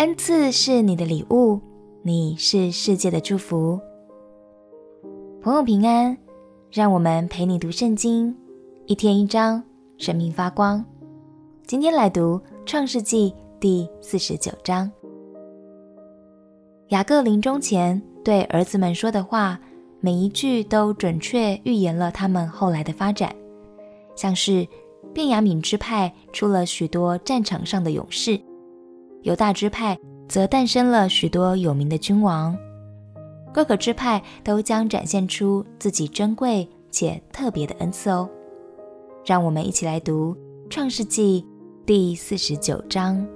恩赐是你的礼物，你是世界的祝福。朋友平安，让我们陪你读圣经，一天一章，生命发光。今天来读创世纪第49章。雅各临终前对儿子们说的话，每一句都准确预言了他们后来的发展，像是便雅悯支派出了许多战场上的勇士，犹大支派则诞生了许多有名的君王，各个支派都将展现出自己珍贵且特别的恩赐哦。让我们一起来读创世纪第49章。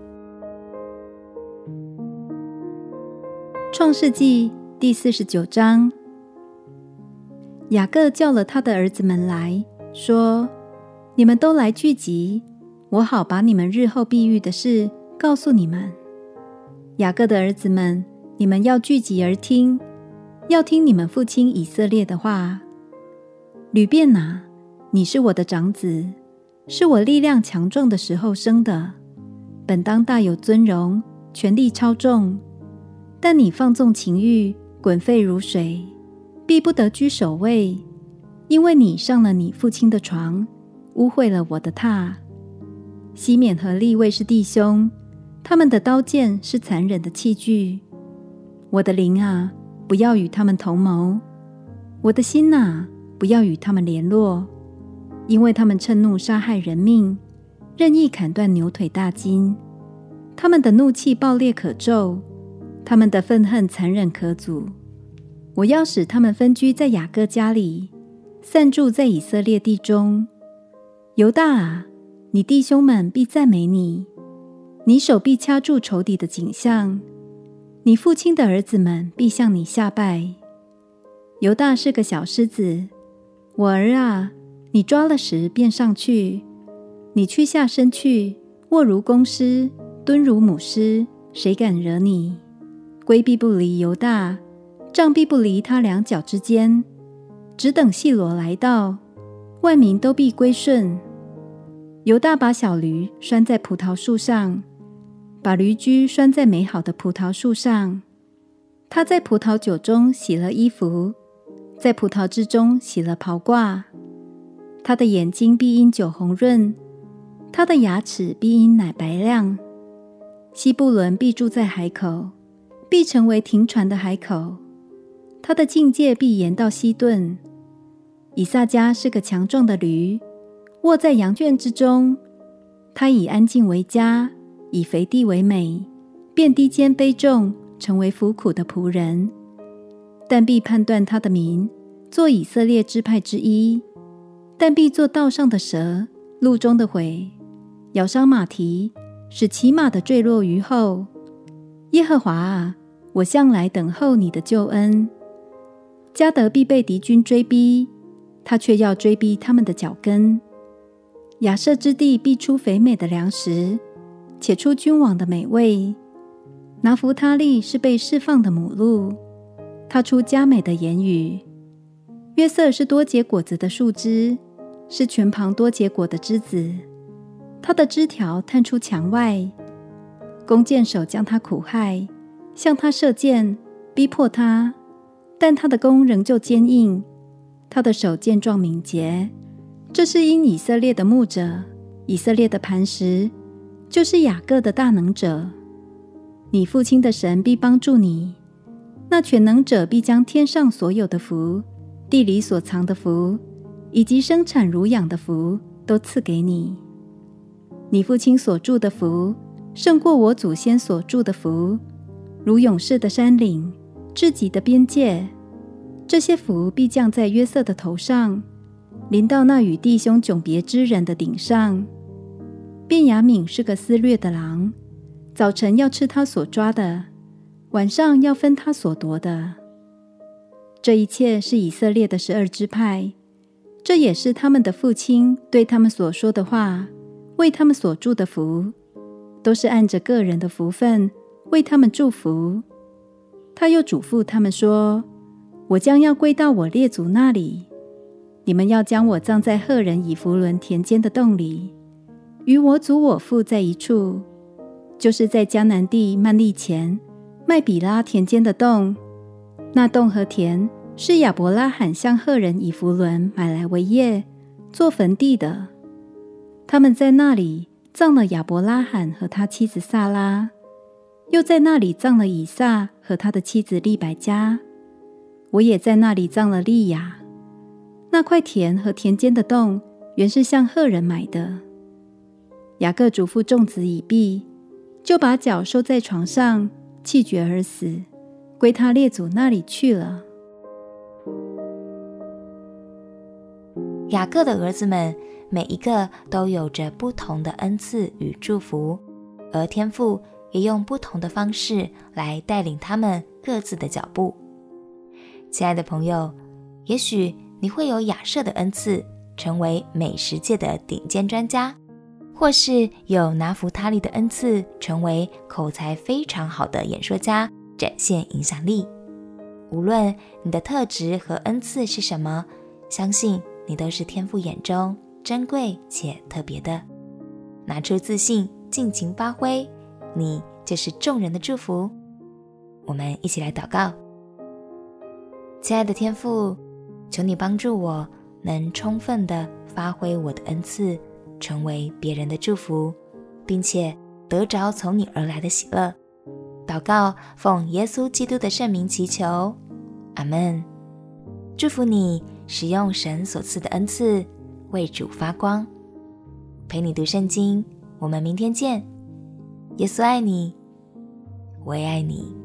创世纪第49章，雅各叫了他的儿子们来，说：你们都来聚集，我好把你们日后必遇的事告诉你们。雅各的儿子们，你们要聚集而听，要听你们父亲以色列的话。吕便哪，你是我的长子，是我力量强壮的时候生的，本当大有尊荣，权力超重。但你放纵情欲，滚沸如水，必不得居首位，因为你上了你父亲的床，污秽了我的榻。西缅和利未是弟兄，他们的刀剑是残忍的器具。我的灵啊，不要与他们同谋；我的心啊，不要与他们联络，因为他们趁怒杀害人命，任意砍断牛腿大筋。他们的怒气暴烈可咒，他们的愤恨残忍可阻。我要使他们分居在雅各家里，散住在以色列地中。犹大啊，你弟兄们必赞美你，你手必掐住仇敌的颈项，你父亲的儿子们必向你下拜。犹大是个小狮子，我儿啊，你抓了食便上去，你屈下身去，卧如公狮，蹲如母狮，谁敢惹你？龟必不离犹大，杖必不离他两脚之间，只等细罗来到，万民都必归顺。犹大把小驴拴在葡萄树上，把驴驹拴在美好的葡萄树上。他在葡萄酒中洗了衣服，在葡萄汁中洗了袍褂。他的眼睛必因酒红润，他的牙齿必因奶白亮。西布伦必住在海口，必成为停船的海口，他的境界必延到西顿。以萨迦是个强壮的驴，卧在羊圈之中，他以安静为佳，以肥地为美，便低肩卑重，成为服苦的仆人。但必判断他的民，做以色列支派之一。但必做道上的蛇，路中的虺，咬伤马蹄，使骑马的坠落于后。耶和华啊，我向来等候你的救恩。迦得必被敌军追逼，他却要追逼他们的脚跟。亚设之地必出肥美的粮食，且出君王的美味。拿弗他利是被释放的母鹿，他出佳美的言语。约瑟是多结果子的树枝，是泉旁多结果的枝子，他的枝条探出墙外。弓箭手将他苦害，向他射箭，逼迫他，但他的弓仍旧坚硬，他的手健壮敏捷。这是因以色列的牧者，以色列的磐石，就是雅各的大能者。你父亲的神必帮助你，那全能者必将天上所有的福，地里所藏的福，以及生产乳养的福，都赐给你。你父亲所住的福，胜过我祖先所住的福，如勇士的山岭，至极的边界。这些福必降在约瑟的头上，临到那与弟兄迥别之人的顶上。便雅悯是个撕掠的狼，早晨要吃他所抓的，晚上要分他所夺的。这一切是以色列的12支派，这也是他们的父亲对他们所说的话，为他们所祝的福，都是按着个人的福分为他们祝福。他又嘱咐他们说：我将要归到我列祖那里，你们要将我葬在赫人以弗伦田间的洞里，与我祖我父在一处。 就是在迦南地幔利前麦比拉田间的洞。那洞和田是亚伯拉罕向赫人以弗伦买来为业，做坟地的。他们在那里葬了亚伯拉罕和他妻子撒拉，又在那里葬了以撒和他的妻子利百加。我也在那里葬了利亚。那块田和田间的洞原是向赫人买的。雅各嘱咐众子已毕，就把脚收在床上，气绝而死，归他列祖那里去了。 雅各的儿子们每一个都有着不同的恩赐与祝福，而天父也用不同的方式来带领他们各自的脚步。亲爱的朋友，也许你会有亚设的恩赐，成为美食界的顶尖专家，或是有拿弗他利的恩赐，成为口才非常好的演说家，展现影响力。无论你的特质和恩赐是什么，相信你都是天父眼中珍贵且特别的。拿出自信，尽情发挥，你就是众人的祝福。我们一起来祷告。亲爱的天父，求你帮助我能充分地发挥我的恩赐，成为别人的祝福，并且得着从你而来的喜乐。祷告奉耶稣基督的圣名祈求，阿们。祝福你使用神所赐的恩赐，为主发光。陪你读圣经，我们明天见。耶稣爱你，我也爱你。